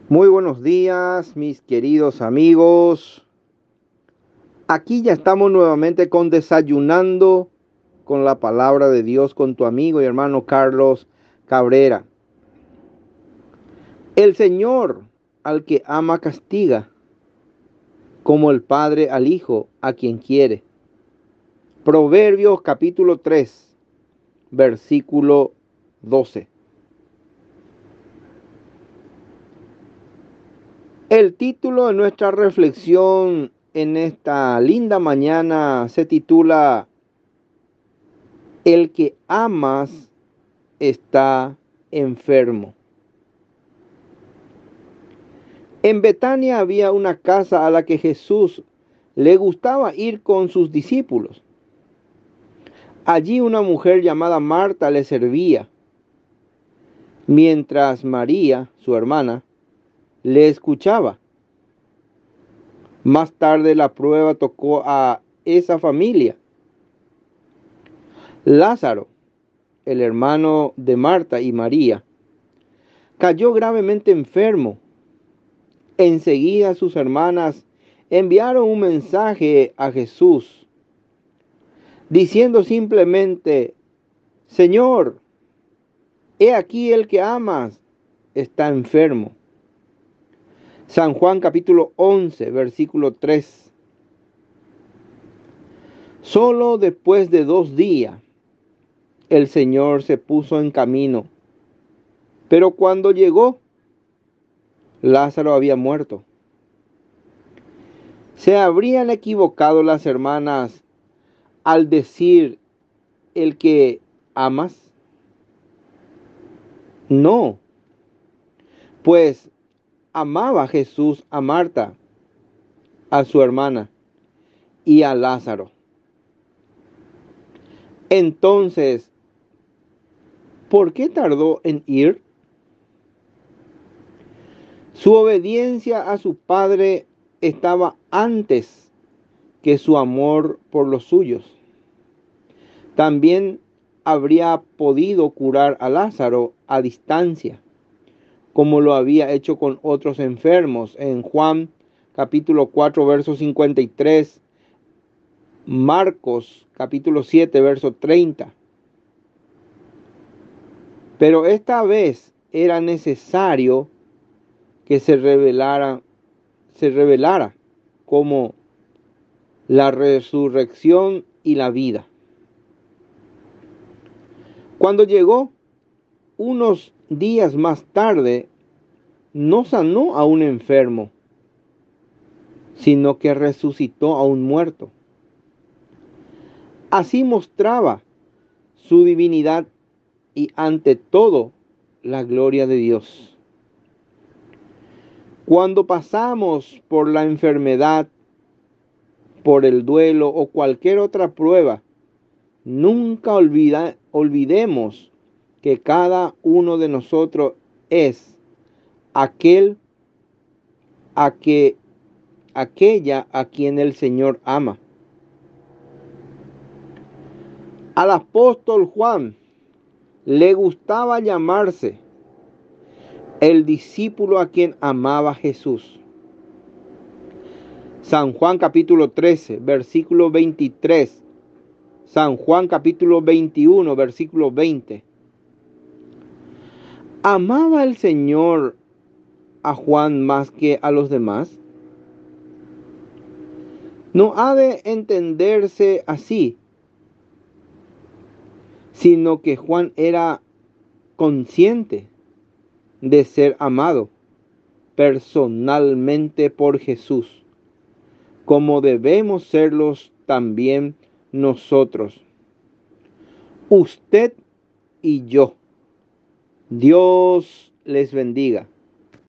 Muy buenos días, mis queridos amigos. Aquí ya estamos nuevamente con Desayunando con la Palabra de Dios con tu amigo y hermano Carlos Cabrera. El Señor al que ama castiga, como el Padre al Hijo a quien quiere. Proverbios capítulo 3, versículo 12. El título de nuestra reflexión en esta linda mañana se titula El que amas está enfermo. En Betania había una casa a la que Jesús le gustaba ir con sus discípulos. Allí una mujer llamada Marta le servía, mientras María, su hermana, le escuchaba. Más tarde la prueba tocó a esa familia. Lázaro, el hermano de Marta y María, cayó gravemente enfermo. Enseguida sus hermanas enviaron un mensaje a Jesús diciendo simplemente: Señor, he aquí el que amas está enfermo. San Juan capítulo 11, versículo 3. Solo después de 2 días el Señor se puso en camino, pero cuando llegó, Lázaro había muerto. ¿Se habrían equivocado las hermanas al decir el que amas? No, pues amaba Jesús a Marta, a su hermana y a Lázaro. Entonces, ¿por qué tardó en ir? Su obediencia a su padre estaba antes que su amor por los suyos. También habría podido curar a Lázaro a distancia, como lo había hecho con otros enfermos en Juan capítulo 4, verso 53, Marcos capítulo 7, verso 30. Pero esta vez era necesario que se revelara como la resurrección y la vida. Cuando llegó unos días más tarde, no sanó a un enfermo, sino que resucitó a un muerto. Así mostraba su divinidad y ante todo la gloria de Dios. Cuando pasamos por la enfermedad, por el duelo o cualquier otra prueba, nunca olvidemos que cada uno de nosotros es aquel a que aquella a quien el Señor ama. Al apóstol Juan le gustaba llamarse el discípulo a quien amaba Jesús. San Juan capítulo 13, versículo 23. San Juan capítulo 21, versículo 20. ¿Amaba el Señor a Juan más que a los demás? No ha de entenderse así, sino que Juan era consciente de ser amado personalmente por Jesús, como debemos serlos también nosotros. Usted y yo. Dios les bendiga.